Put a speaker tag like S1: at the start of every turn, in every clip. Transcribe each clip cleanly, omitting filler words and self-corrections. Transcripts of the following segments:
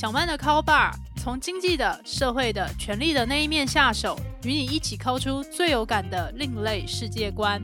S1: 小曼的 Call Bar 从经济的、社会的、权力的那一面下手，与你一起call出最有感的另类世界观。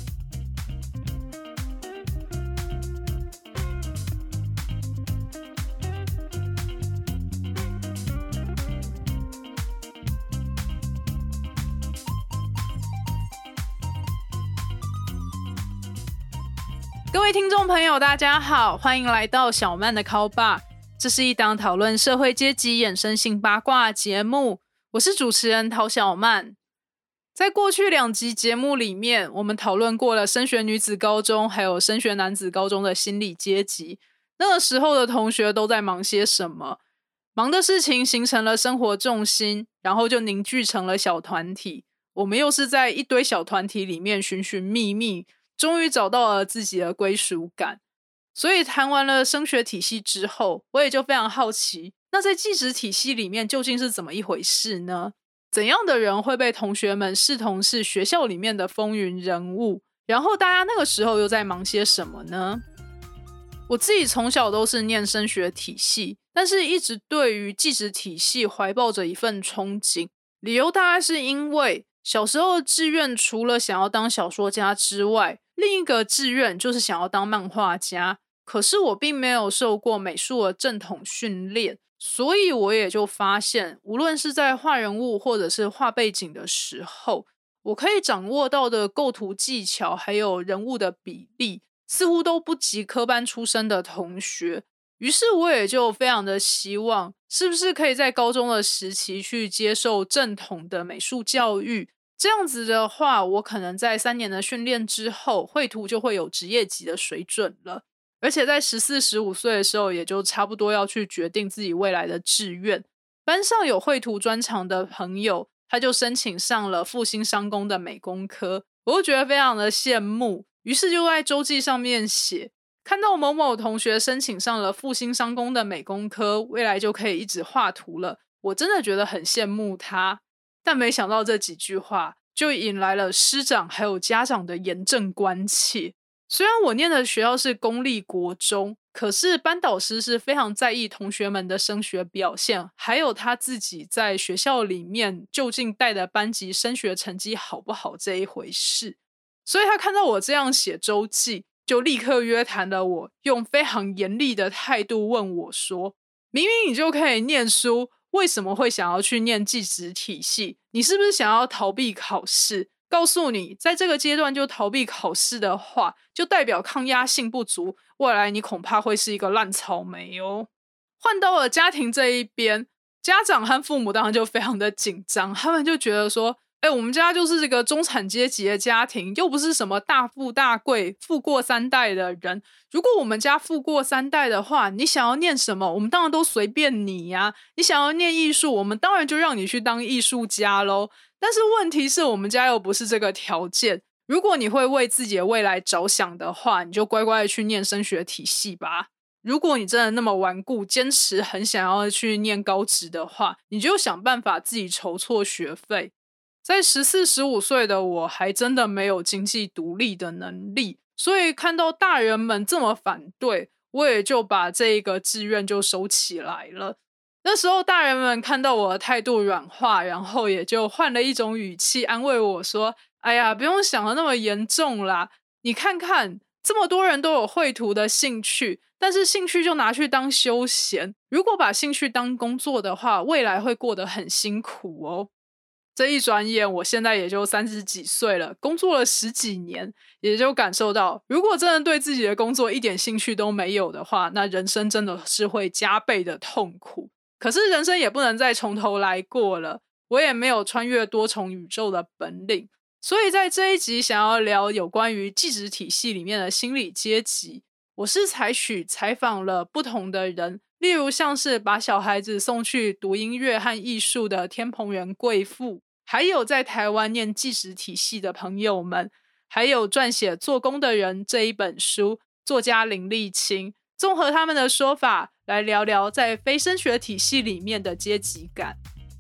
S1: 各位听众朋友大家好，欢迎来到小曼的 Call Bar， 这是一档讨论社会阶级衍生性八卦的节目，我是主持人陶小曼。在过去2集节目里面，我们讨论过了升学女子高中还有升学男子高中的心理阶级，那个时候的同学都在忙些什么，忙的事情形成了生活重心，然后就凝聚成了小团体，我们又是在一堆小团体里面寻寻觅觅，终于找到了自己的归属感。所以谈完了升学体系之后，我也就非常好奇，那在技职体系里面究竟是怎么一回事呢？怎样的人会被同学们视同是学校里面的风云人物？然后大家那个时候又在忙些什么呢？我自己从小都是念升学体系，但是一直对于技职体系怀抱着一份憧憬，理由大概是因为小时候的志愿除了想要当小说家之外，另一个志愿就是想要当漫画家，可是我并没有受过美术的正统训练，所以我也就发现，无论是在画人物或者是画背景的时候，我可以掌握到的构图技巧还有人物的比例，似乎都不及科班出身的同学。于是我也就非常的希望，是不是可以在高中的时期去接受正统的美术教育，这样子的话，我可能在3年的训练之后，绘图就会有职业级的水准了。而且在14、15岁的时候，也就差不多要去决定自己未来的志愿。班上有绘图专长的朋友，他就申请上了复兴商工的美工科，我就觉得非常的羡慕，于是就在周记上面写，看到某某同学申请上了复兴商工的美工科，未来就可以一直画图了，我真的觉得很羡慕他。但没想到这几句话就引来了师长还有家长的严正关切。虽然我念的学校是公立国中，可是班导师是非常在意同学们的升学表现，还有他自己在学校里面究竟带的班级升学成绩好不好这一回事。所以他看到我这样写周记，就立刻约谈了我，用非常严厉的态度问我说，明明你就可以念书，为什么会想要去念技职体系？你是不是想要逃避考试？告诉你，在这个阶段就逃避考试的话，就代表抗压性不足，未来你恐怕会是一个烂草莓哦。换到了家庭这一边，家长和父母当然就非常的紧张，他们就觉得说，我们家就是这个中产阶级的家庭，又不是什么大富大贵富过3代的人，如果我们家富过3代的话，你想要念什么我们当然都随便你呀，你想要念艺术，我们当然就让你去当艺术家咯。但是问题是我们家又不是这个条件，如果你会为自己的未来着想的话，你就乖乖的去念升学体系吧。如果你真的那么顽固，坚持很想要去念高职的话，你就想办法自己筹措学费。在14、15岁的我还真的没有经济独立的能力，所以看到大人们这么反对，我也就把这一个志愿就收起来了。那时候大人们看到我的态度软化，然后也就换了一种语气安慰我说，哎呀，不用想得那么严重啦，你看看这么多人都有绘图的兴趣，但是兴趣就拿去当休闲，如果把兴趣当工作的话，未来会过得很辛苦哦。这一转眼我现在也就30几岁了，工作了10几年，也就感受到如果真的对自己的工作一点兴趣都没有的话，那人生真的是会加倍的痛苦。可是人生也不能再从头来过了，我也没有穿越多重宇宙的本领，所以在这一集想要聊有关于技职体系里面的心理阶级，我是采访了不同的人，例如像是把小孩子送去读音乐和艺术的天蓬元贵妇，还有在台湾念技职体系的朋友们，还有撰写《做工的人》这一本书作家林立青，综合他们的说法来聊聊在非升学体系里面的阶级感。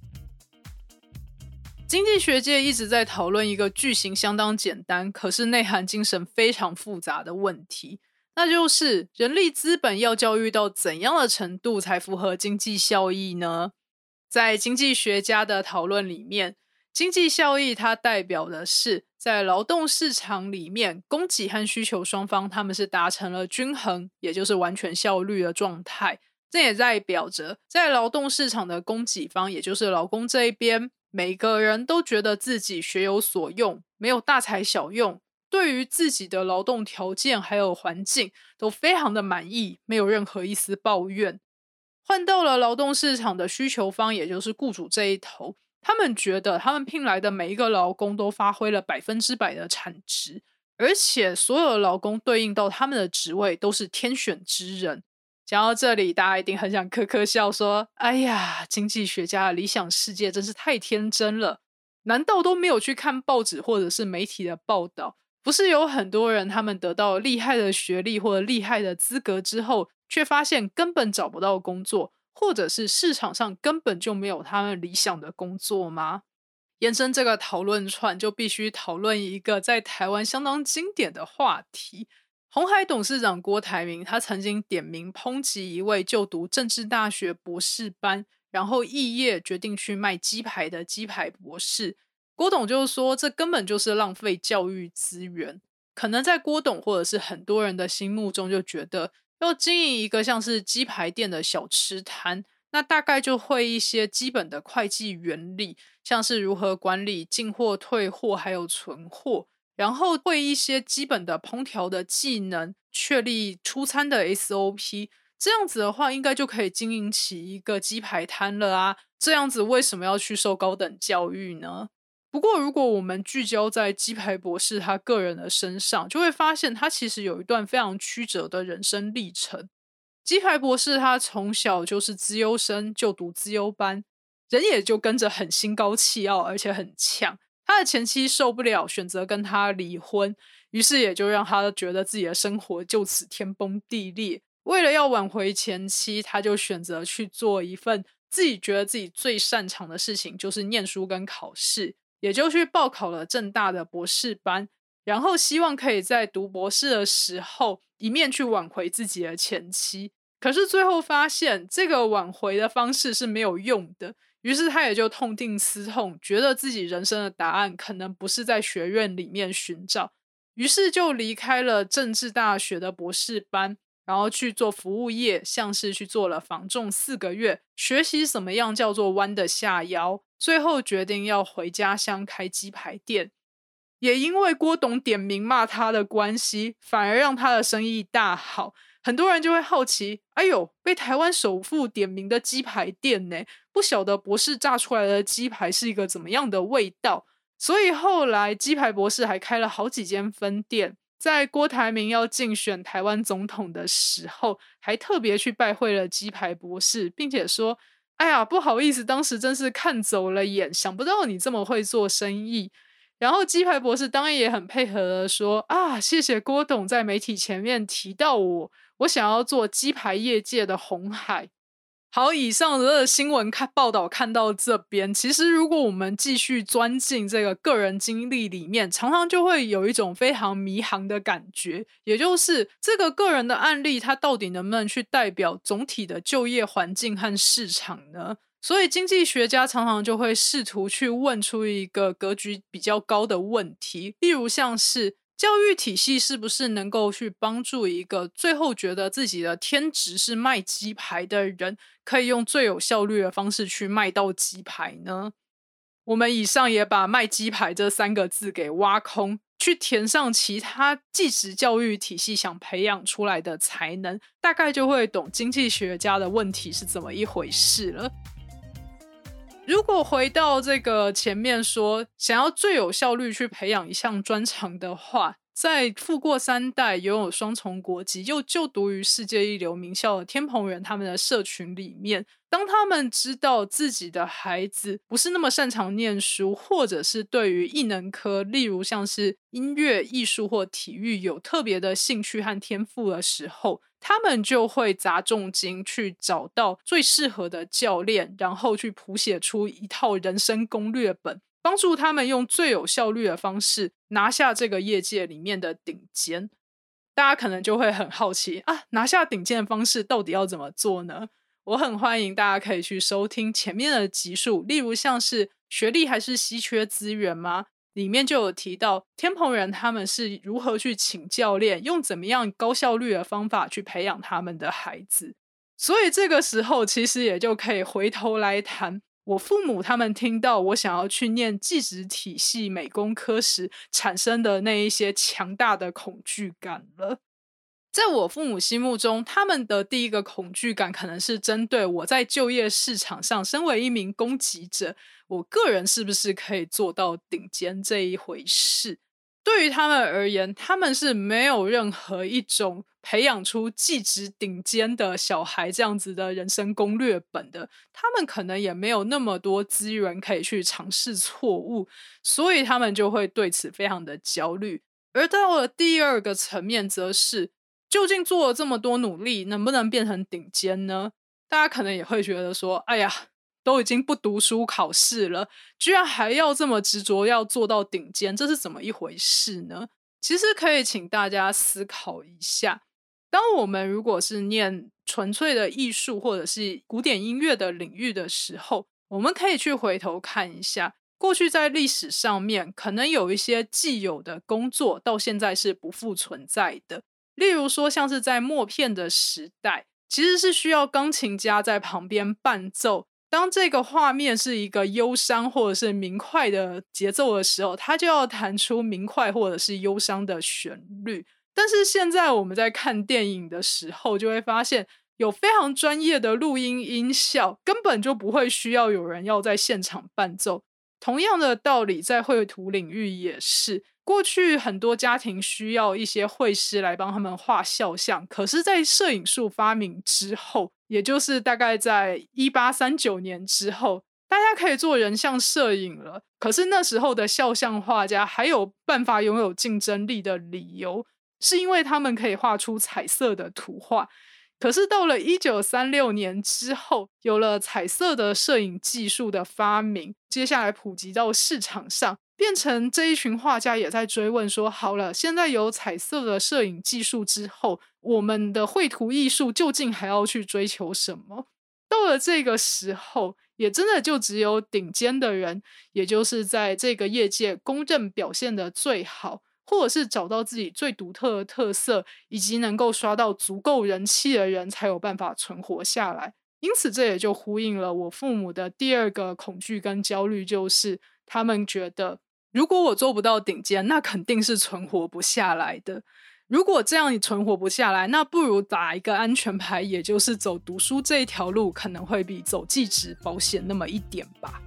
S1: 经济学界一直在讨论一个句型相当简单，可是内涵精神非常复杂的问题， 那就是人力资本要教育到怎样的程度才符合经济效益呢？在经济学家的讨论里面，经济效益它代表的是在劳动市场里面，供给和需求双方他们是达成了均衡，也就是完全效率的状态。这也代表着在劳动市场的供给方，也就是劳工这一边，每个人都觉得自己学有所用，没有大材小用，对于自己的劳动条件还有环境都非常的满意，没有任何一丝抱怨。换到了劳动市场的需求方，也就是雇主这一头，他们觉得他们聘来的每一个劳工都发挥了100%的产值，而且所有的劳工对应到他们的职位都是天选之人。讲到这里，大家一定很想呵呵笑说：“哎呀，经济学家的理想世界真是太天真了！难道都没有去看报纸或者是媒体的报道？不是有很多人他们得到厉害的学历或者厉害的资格之后，却发现根本找不到工作，或者是市场上根本就没有他们理想的工作吗？”延伸这个讨论串，就必须讨论一个在台湾相当经典的话题。鸿海董事长郭台铭，他曾经点名抨击一位就读政治大学博士班，然后肄业决定去卖鸡排的鸡排博士。郭董就说，这根本就是浪费教育资源。可能在郭董或者是很多人的心目中，就觉得要经营一个像是鸡排店的小吃摊，那大概就会一些基本的会计原理，像是如何管理进货、退货还有存货，然后会一些基本的烹调的技能，确立出餐的 SOP， 这样子的话应该就可以经营起一个鸡排摊了啊。这样子为什么要去受高等教育呢？不过如果我们聚焦在鸡排博士他个人的身上，就会发现他其实有一段非常曲折的人生历程。鸡排博士他从小就是资优生，就读资优班，人也就跟着很心高气傲，而且很呛。他的前妻受不了，选择跟他离婚，于是也就让他觉得自己的生活就此天崩地裂。为了要挽回前妻，他就选择去做一份自己觉得自己最擅长的事情，就是念书跟考试，也就去报考了政大的博士班，然后希望可以在读博士的时候，一面去挽回自己的前妻。可是最后发现，这个挽回的方式是没有用的，于是他也就痛定思痛，觉得自己人生的答案可能不是在学院里面寻找，于是就离开了政治大学的博士班，然后去做服务业，像是去做了房仲4个月，学习什么样叫做弯的下腰，最后决定要回家乡开鸡排店。也因为郭董点名骂他的关系，反而让他的生意大好。很多人就会好奇，哎呦，被台湾首富点名的鸡排店呢，不晓得博士炸出来的鸡排是一个怎么样的味道。所以后来鸡排博士还开了好几间分店，在郭台铭要竞选台湾总统的时候，还特别去拜会了鸡排博士，并且说，哎呀，不好意思，当时真是看走了眼，想不到你这么会做生意。然后鸡排博士当然也很配合的说，啊，谢谢郭董在媒体前面提到我想要做鸡排业界的红海。好，以上的新闻报道看到这边，其实如果我们继续钻进这个个人经历里面，常常就会有一种非常迷航的感觉，也就是这个个人的案例，它到底能不能去代表总体的就业环境和市场呢？所以经济学家常常就会试图去问出一个格局比较高的问题，例如像是教育体系是不是能够去帮助一个最后觉得自己的天职是卖鸡排的人，可以用最有效率的方式去卖到鸡排呢？我们以上也把卖鸡排这3个字给挖空，去填上其他技职教育体系想培养出来的才能，大概就会懂经济学家的问题是怎么一回事了。如果回到这个前面说，想要最有效率去培养一项专长的话，在富过3代、拥有双重国籍、又就读于世界一流名校的天蓬人他们的社群里面，当他们知道自己的孩子不是那么擅长念书，或者是对于艺能科，例如像是音乐、艺术或体育有特别的兴趣和天赋的时候，他们就会砸重金去找到最适合的教练，然后去谱写出一套人生攻略本，帮助他们用最有效率的方式拿下这个业界里面的顶尖。 大家可能就会很好奇啊，拿下顶尖的方式到底要怎么做呢？我很欢迎大家可以去收听前面的集数，例如像是学历还是稀缺资源吗？里面就有提到天蓬人他们是如何去请教练，用怎么样高效率的方法去培养他们的孩子。所以这个时候其实也就可以回头来谈我父母他们听到我想要去念技职体系美工科时产生的那一些强大的恐惧感了。在我父母心目中，他们的第一个恐惧感可能是针对我在就业市场上身为一名供给者，我个人是不是可以做到顶尖这一回事。对于他们而言，他们是没有任何一种培养出技职顶尖的小孩这样子的人生攻略本的，他们可能也没有那么多资源可以去尝试错误，所以他们就会对此非常的焦虑。而到了第二个层面则是，究竟做了这么多努力，能不能变成顶尖呢？大家可能也会觉得说，哎呀，都已经不读书考试了，居然还要这么执着要做到顶尖，这是怎么一回事呢？其实可以请大家思考一下，当我们如果是念纯粹的艺术或者是古典音乐的领域的时候，我们可以去回头看一下，过去在历史上面可能有一些既有的工作到现在是不复存在的。例如说像是在默片的时代，其实是需要钢琴家在旁边伴奏，当这个画面是一个忧伤或者是明快的节奏的时候，它就要弹出明快或者是忧伤的旋律。但是现在我们在看电影的时候，就会发现有非常专业的录音音效，根本就不会需要有人要在现场伴奏。同样的道理，在绘图领域也是，过去很多家庭需要一些绘师来帮他们画肖像，可是在摄影术发明之后，也就是大概在1839年之后，大家可以做人像摄影了。可是那时候的肖像画家还有办法拥有竞争力的理由，是因为他们可以画出彩色的图画。可是到了1936年之后，有了彩色的摄影技术的发明，接下来普及到市场上，变成这一群画家也在追问说，好了，现在有彩色的摄影技术之后，我们的绘图艺术究竟还要去追求什么？到了这个时候，也真的就只有顶尖的人，也就是在这个业界公认表现的最好，或者是找到自己最独特的特色，以及能够刷到足够人气的人才有办法存活下来。因此这也就呼应了我父母的第二个恐惧跟焦虑，就是他们觉得如果我做不到顶尖，那肯定是存活不下来的。如果这样你存活不下来，那不如打一个安全牌，也就是走读书这一条路可能会比走技职保险那么一点吧。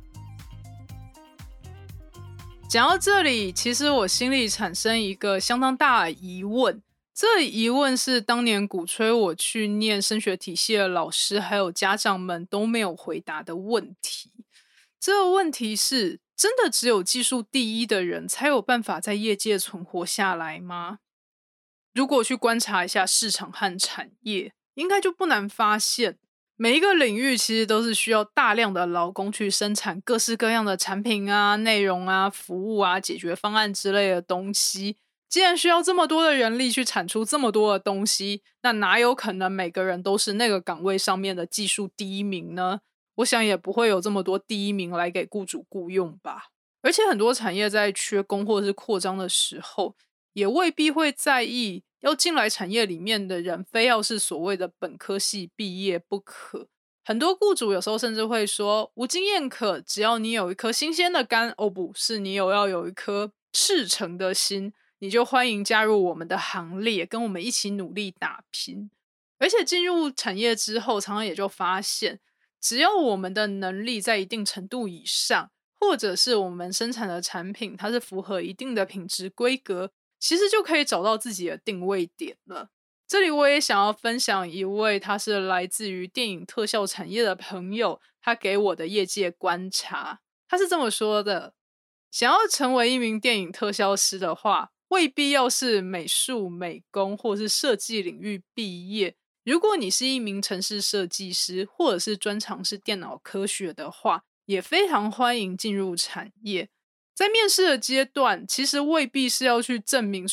S1: 讲到这里，其实我心里产生一个相当大的疑问，这疑问是当年鼓吹我去念升学体系的老师还有家长们都没有回答的问题。这个问题是，真的只有技术第一的人才有办法在业界存活下来吗？如果去观察一下市场和产业，应该就不难发现，每一个领域其实都是需要大量的劳工去生产各式各样的产品啊、内容啊、服务啊、解决方案之类的东西。既然需要这么多的人力去产出这么多的东西，那哪有可能每个人都是那个岗位上面的技术第一名呢？我想也不会有这么多第一名来给雇主雇用吧。而且很多产业在缺工或者是扩张的时候，也未必会在意要进来产业里面的人非要是所谓的本科系毕业不可。很多雇主有时候甚至会说无经验可，只要你有一颗新鲜的肝，哦不是，你要有一颗赤诚的心，你就欢迎加入我们的行列，跟我们一起努力打拼。而且进入产业之后，常常也就发现，只要我们的能力在一定程度以上，或者是我们生产的产品它是符合一定的品质规格，其实就可以找到自己的定位点了。这里我也想要分享一位他是来自于电影特效产业的朋友，他给我的业界观察。他是这么说的，想要成为一名电影特效师的话，未必要是美术、美工或是设计领域毕业。如果你是一名程式设计师，或者是专长是电脑科学的话，也非常欢迎进入产业。在面试的阶段，其实未必是要去证明说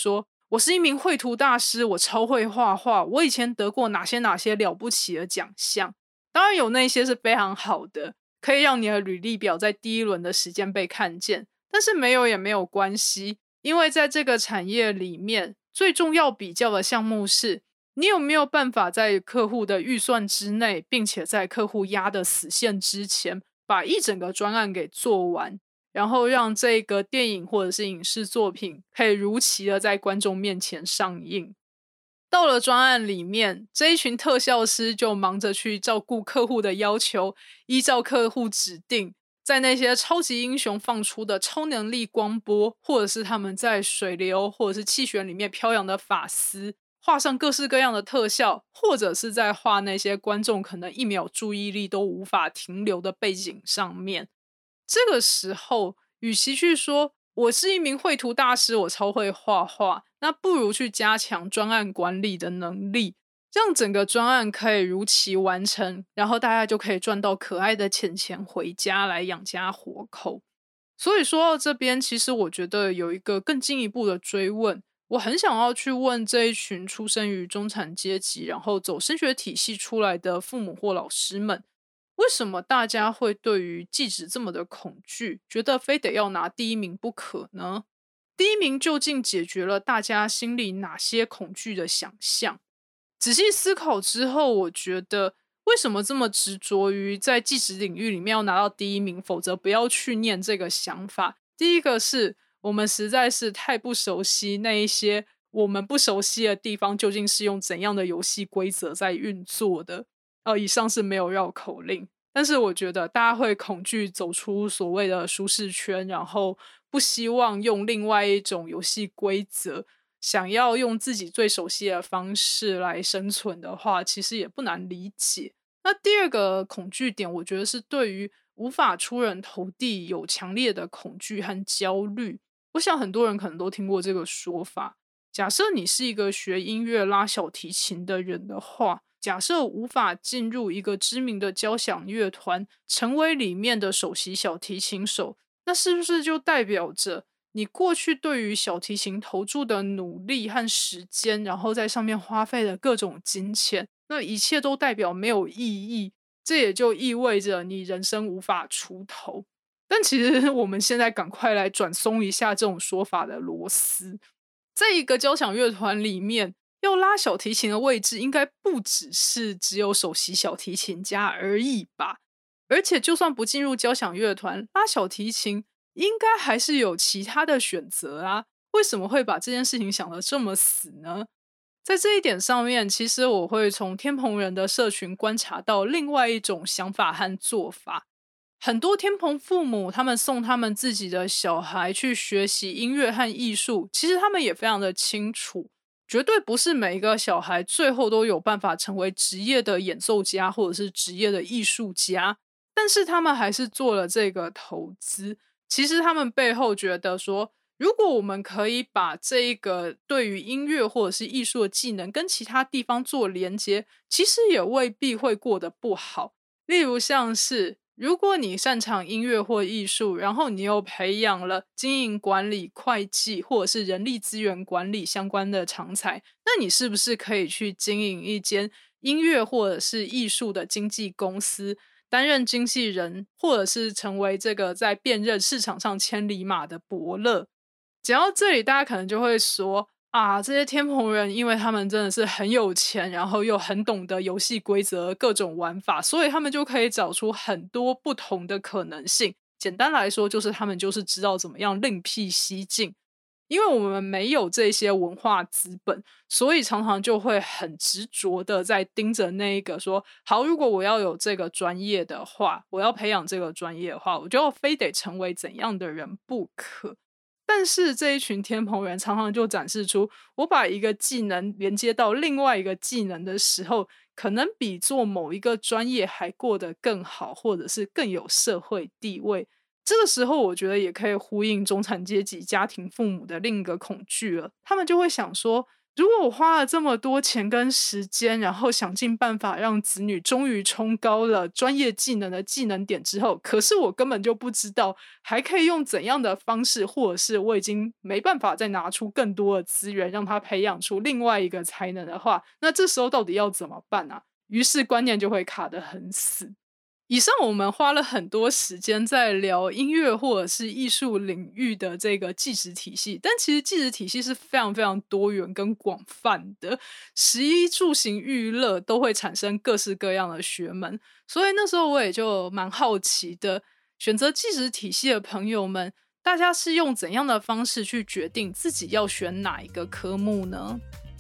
S1: 我是一名绘图大师，我超会画画，我以前得过哪些了不起的奖项。当然有那些是非常好的，可以让你的履历表在第一轮的时间被看见，但是没有也没有关系，因为在这个产业里面，最重要比较的项目是你有没有办法在客户的预算之内，并且在客户压的死线之前，把一整个专案给做完，然后让这个电影或者是影视作品可以如期的在观众面前上映。到了专案里面，这一群特效师就忙着去照顾客户的要求，依照客户指定，在那些超级英雄放出的超能力光波，或者是他们在水流或者是气旋里面飘扬的发丝，画上各式各样的特效，或者是在画那些观众可能一秒注意力都无法停留的背景上面。这个时候，与其去说我是一名绘图大师，我超会画画，那不如去加强专案管理的能力，让整个专案可以如期完成，然后大家就可以赚到可爱的钱钱回家来养家活口。所以说到这边，其实我觉得有一个更进一步的追问，我很想要去问这一群出生于中产阶级，然后走升学体系出来的父母或老师们，为什么大家会对于技职这么的恐惧，觉得非得要拿第一名不可呢？第一名究竟解决了大家心里哪些恐惧的想象？仔细思考之后，我觉得为什么这么执着于在技职领域里面要拿到第一名，否则不要去念这个想法。第一个是我们实在是太不熟悉那一些我们不熟悉的地方究竟是用怎样的游戏规则在运作的。以上是没有绕口令，但是我觉得大家会恐惧走出所谓的舒适圈，然后不希望用另外一种游戏规则，想要用自己最熟悉的方式来生存的话，其实也不难理解。那第二个恐惧点，我觉得是对于无法出人头地有强烈的恐惧和焦虑。我想很多人可能都听过这个说法。假设你是一个学音乐拉小提琴的人的话，假设无法进入一个知名的交响乐团，成为里面的首席小提琴手，那是不是就代表着你过去对于小提琴投注的努力和时间，然后在上面花费的各种金钱，那一切都代表没有意义？这也就意味着你人生无法出头。但其实我们现在赶快来转松一下这种说法的螺丝。在一个交响乐团里面，要拉小提琴的位置应该不只有首席小提琴家而已吧？而且就算不进入交响乐团，拉小提琴应该还是有其他的选择啊，为什么会把这件事情想得这么死呢？在这一点上面，其实我会从天蓬人的社群观察到另外一种想法和做法。很多天蓬父母，他们送他们自己的小孩去学习音乐和艺术，其实他们也非常的清楚，绝对不是每一个小孩最后都有办法成为职业的演奏家或者是职业的艺术家，但是他们还是做了这个投资。其实他们背后觉得说，如果我们可以把这一个对于音乐或者是艺术的技能跟其他地方做连接，其实也未必会过得不好。例如像是如果你擅长音乐或艺术，然后你又培养了经营管理、会计或者是人力资源管理相关的长才，那你是不是可以去经营一间音乐或者是艺术的经纪公司，担任经纪人，或者是成为这个在辨认市场上千里马的伯乐？讲到这里，大家可能就会说啊，这些天蓬人因为他们真的是很有钱，然后又很懂得游戏规则各种玩法，所以他们就可以找出很多不同的可能性。简单来说，就是他们就是知道怎么样另辟蹊径。因为我们没有这些文化资本，所以常常就会很执着的在盯着那一个说，好，如果我要有这个专业的话，我要培养这个专业的话，我就要非得成为怎样的人不可。但是这一群天蓬人常常就展示出，我把一个技能连接到另外一个技能的时候，可能比做某一个专业还过得更好，或者是更有社会地位。这个时候我觉得也可以呼应中产阶级家庭父母的另一个恐惧了，他们就会想说， 如果我花了这么多钱跟时间，然后想尽办法让子女终于冲高了专业技能的技能点之后，可是我根本就不知道还可以用怎样的方式，或者是我已经没办法再拿出更多的资源让他培养出另外一个才能的话，那这时候到底要怎么办啊？于是观念就会卡得很死。以上我们花了很多时间在聊音乐或者是艺术领域的这个技职体系，但其实技职体系是非常非常多元跟广泛的，食衣住行娱乐都会产生各式各样的学门，所以那时候我也就蛮好奇的，选择技职体系的朋友们，大家是用怎样的方式去决定自己要选哪一个科目呢？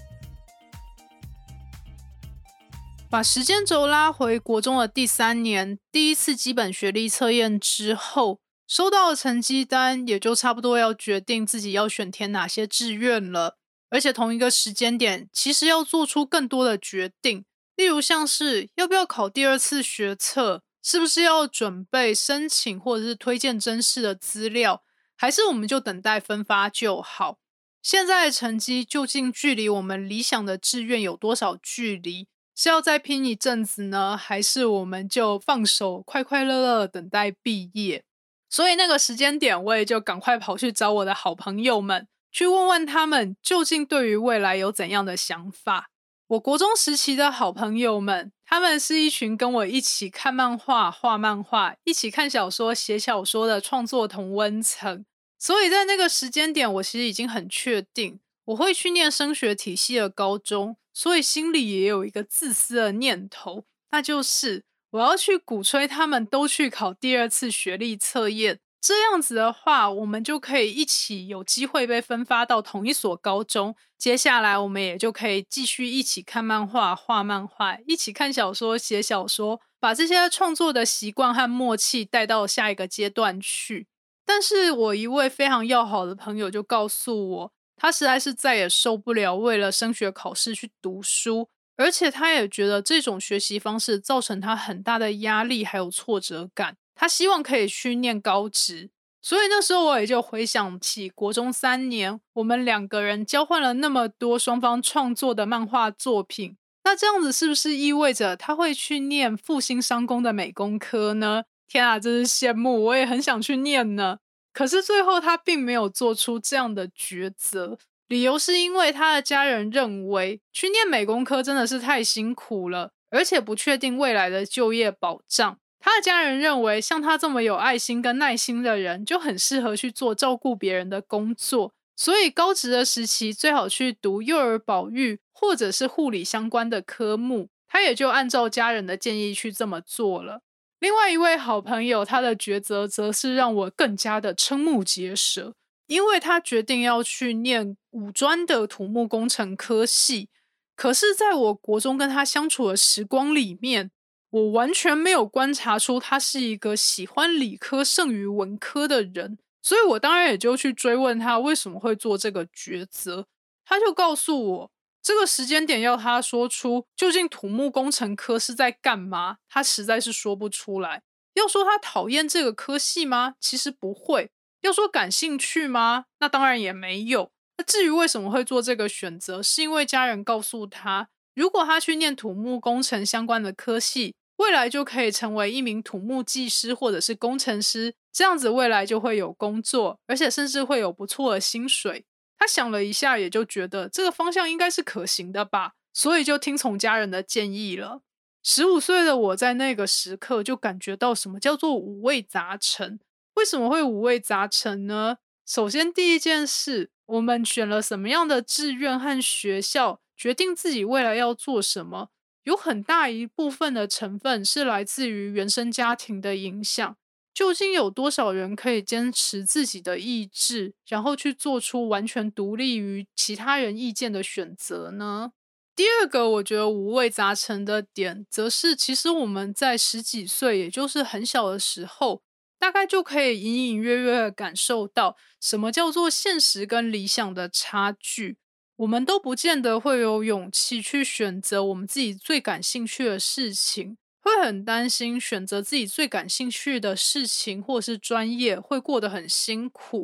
S1: 把时间轴拉回国中的第三年，第一次基本学历测验之后，收到的成绩单也就差不多要决定自己要选填哪些志愿了。而且同一个时间点，其实要做出更多的决定，例如像是要不要考第二次学测，是不是要准备申请或者是推荐甄试的资料，还是我们就等待分发就好。现在的成绩究竟距离我们理想的志愿有多少距离？是要再拼一阵子呢，还是我们就放手快快乐乐等待毕业？所以那个时间点，我也就赶快跑去找我的好朋友们，去问问他们究竟对于未来有怎样的想法。我国中时期的好朋友们，他们是一群跟我一起看漫画、画漫画，一起看小说、写小说的创作同温层。所以在那个时间点，我其实已经很确定我会去念升学体系的高中，所以心里也有一个自私的念头，那就是我要去鼓吹他们都去考第二次学历测验，这样子的话，我们就可以一起有机会被分发到同一所高中，接下来我们也就可以继续一起看漫画、画漫画，一起看小说、写小说，把这些创作的习惯和默契带到下一个阶段去。但是我一位非常要好的朋友就告诉我，他实在是再也受不了为了升学考试去读书，而且他也觉得这种学习方式造成他很大的压力还有挫折感，他希望可以去念高职。所以那时候我也就回想起国中3年，我们2个人交换了那么多双方创作的漫画作品，那这样子是不是意味着他会去念复兴商工的美工科呢？天啊，真是羡慕，我也很想去念呢。可是最后他并没有做出这样的抉择，理由是因为他的家人认为去念美工科真的是太辛苦了，而且不确定未来的就业保障。他的家人认为像他这么有爱心跟耐心的人就很适合去做照顾别人的工作，所以高职的时期最好去读幼儿保育或者是护理相关的科目，他也就按照家人的建议去这么做了。另外一位好朋友，他的抉择则是让我更加的瞠目结舌，因为他决定要去念五专的土木工程科系。可是在我国中跟他相处的时光里面，我完全没有观察出他是一个喜欢理科胜于文科的人，所以我当然也就去追问他为什么会做这个抉择。他就告诉我，这个时间点要他说出究竟土木工程科是在干嘛，他实在是说不出来。要说他讨厌这个科系吗？其实不会。要说感兴趣吗？那当然也没有。那至于为什么会做这个选择，是因为家人告诉他，如果他去念土木工程相关的科系，未来就可以成为一名土木技师或者是工程师，这样子未来就会有工作，而且甚至会有不错的薪水。他想了一下，也就觉得这个方向应该是可行的吧，所以就听从家人的建议了。15岁的我在那个时刻就感觉到什么叫做五味杂陈。为什么会五味杂陈呢？首先第一件事，我们选了什么样的志愿和学校，决定自己未来要做什么，有很大一部分的成分是来自于原生家庭的影响。究竟有多少人可以坚持自己的意志，然后去做出完全独立于其他人意见的选择呢？第二个我觉得五味杂陈的点，则是其实我们在10几岁，也就是很小的时候，大概就可以隐隐约约的感受到什么叫做现实跟理想的差距。我们都不见得会有勇气去选择我们自己最感兴趣的事情，会很担心选择自己最感兴趣的事情或是专业会过得很辛苦，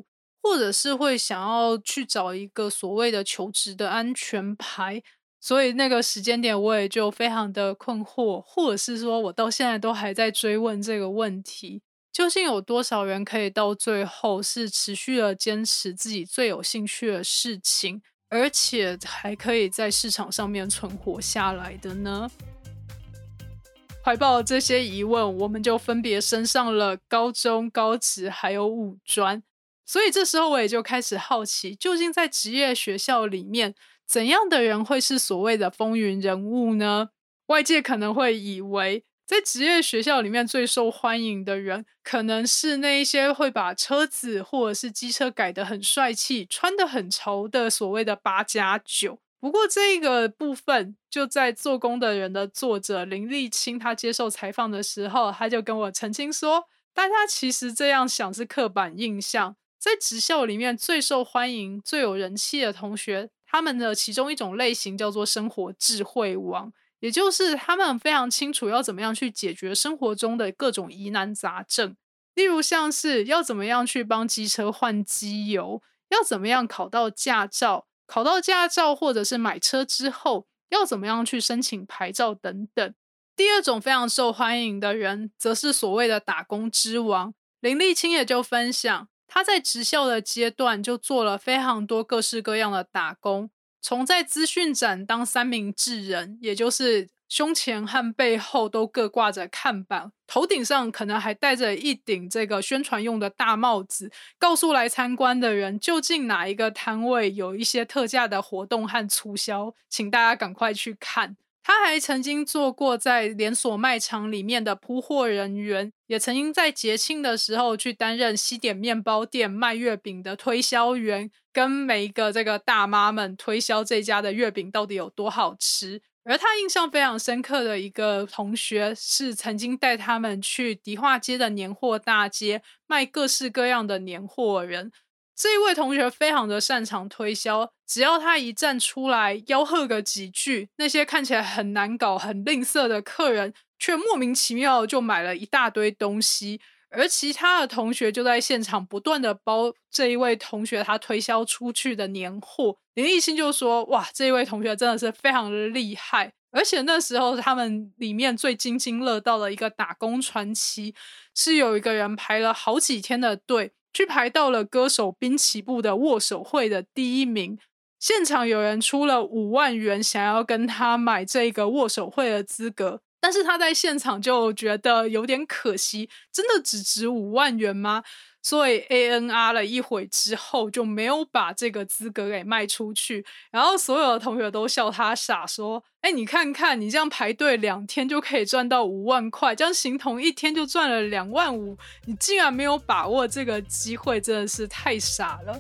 S1: 或者是会想要去找一个所谓的求职的安全牌。所以那个时间点我也就非常的困惑，或者是说我到现在都还在追问这个问题，究竟有多少人可以到最后是持续的坚持自己最有兴趣的事情，而且还可以在市场上面存活下来的呢？怀抱这些疑问，我们就分别升上了高中、高职还有五专。所以这时候我也就开始好奇，究竟在职业学校里面，怎样的人会是所谓的风云人物呢？外界可能会以为，在职业学校里面最受欢迎的人，可能是那一些会把车子或者是机车改得很帅气、穿得很潮的所谓的8+9。不过这个部分，就在《做工的人》的作者林立青他接受采访的时候，他就跟我澄清说，大家其实这样想是刻板印象。在职校里面最受欢迎、最有人气的同学，他们的其中一种类型叫做生活智慧王，也就是他们非常清楚要怎么样去解决生活中的各种疑难杂症，例如像是要怎么样去帮机车换机油，要怎么样考到驾照，考到驾照或者是买车之后要怎么样去申请牌照等等。第二种非常受欢迎的人，则是所谓的打工之王。林立青也就分享，他在职校的阶段就做了非常多各式各样的打工，从在资讯展当三明治人，也就是胸前和背后都各挂着看板，头顶上可能还戴着一顶这个宣传用的大帽子，告诉来参观的人究竟哪一个摊位有一些特价的活动和促销，请大家赶快去看。他还曾经做过在连锁卖场里面的铺货人员，也曾经在节庆的时候去担任西点面包店卖月饼的推销员，跟每一个这个大妈们推销这家的月饼到底有多好吃。而他印象非常深刻的一个同学，是曾经带他们去迪化街的年货大街卖各式各样的年货人。这一位同学非常的擅长推销，只要他一站出来吆喝个几句，那些看起来很难搞很吝啬的客人却莫名其妙的就买了一大堆东西，而其他的同学就在现场不断的包这一位同学他推销出去的年货。林立青就说，哇，这一位同学真的是非常的厉害。而且那时候他们里面最津津乐道的一个打工传奇，是有一个人排了好几天的队，去排到了歌手滨崎步的握手会的第1名，现场有人出了5万元想要跟他买这个握手会的资格，但是他在现场就觉得有点可惜，真的只值5万元吗？所以 ANR 了一会之后就没有把这个资格给卖出去，然后所有的同学都笑他傻，说你看看你这样排队2天就可以赚到5万块，这样形同1天就赚了2万5，你竟然没有把握这个机会，真的是太傻了。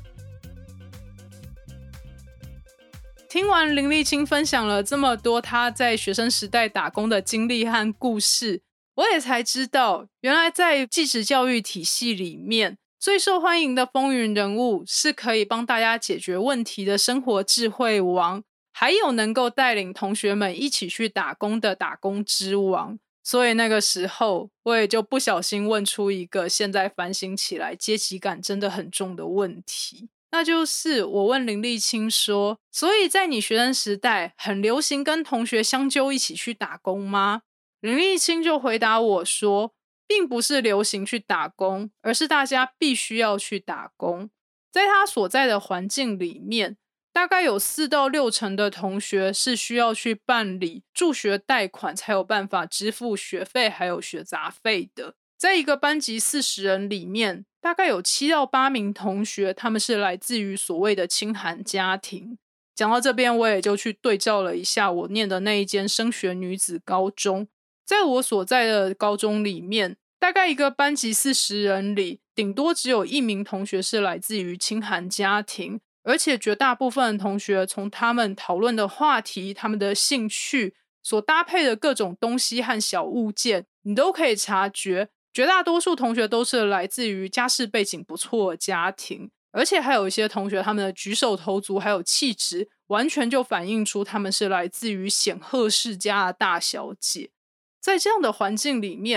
S1: 听完林立青分享了这么多他在学生时代打工的经历和故事，我也才知道，原来在技职教育体系里面，最受欢迎的风云人物是可以帮大家解决问题的生活智慧王，还有能够带领同学们一起去打工的打工之王。所以那个时候，我也就不小心问出一个现在反省起来阶级感真的很重的问题。那就是我问林立青说，所以在你学生时代很流行跟同学相揪一起去打工吗？林立青就回答我说，并不是流行去打工，而是大家必须要去打工。在他所在的环境里面，大概有4到6成的同学是需要去办理助学贷款才有办法支付学费还有学杂费的。在一个班级40人里面，大概有7到8名同学，他们是来自于所谓的清寒家庭。讲到这边，我也就去对照了一下我念的那一间升学女子高中。在我所在的高中里面，大概一个班级40人里，顶多只有1名同学是来自于清寒家庭，而且绝大部分的同学从他们讨论的话题、他们的兴趣所搭配的各种东西和小物件，你都可以察觉绝大多数同学都是来自于家世背景不错的家庭，而且还有一些同学他们的举手投足还有气质完全就反映出他们是来自于显赫世家的大小姐。在这样的环境里面，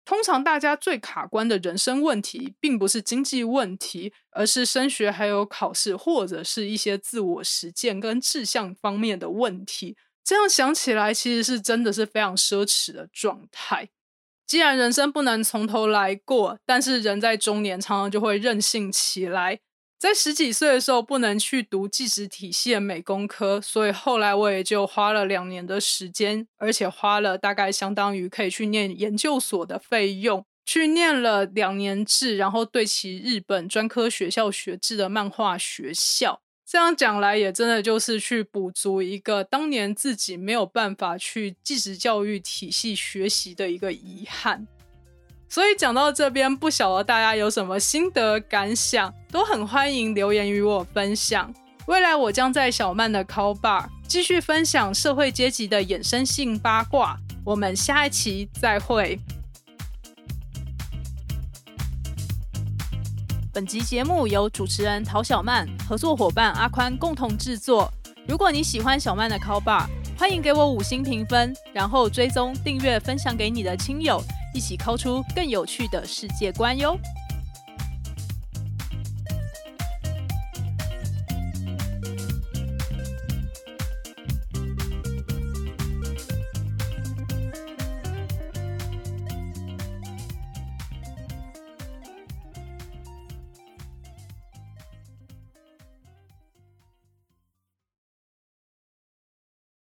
S1: 通常大家最卡关的人生问题并不是经济问题，而是升学还有考试，或者是一些自我实践跟志向方面的问题。这样想起来其实是真的是非常奢侈的状态。既然人生不能从头来过，但是人在中年常常就会任性起来。在10几岁的时候不能去读技职体系的美工科，所以后来我也就花了2年的时间，而且花了大概相当于可以去念研究所的费用，去念了2年制，然后对齐日本专科学校学制的漫画学校。这样讲来也真的就是去补足一个当年自己没有办法去技职教育体系学习的一个遗憾。所以讲到这边，不晓得大家有什么心得感想，都很欢迎留言与我分享。未来我将在小曼的 Call Bar 继续分享社会阶级的衍生性八卦，我们下一期再会。本集节目由主持人陶小曼、合作伙伴阿宽共同制作。如果你喜欢小曼的 Call Bar， 欢迎给我5星评分，然后追踪、订阅、分享给你的亲友，一起call出更有趣的世界观哟。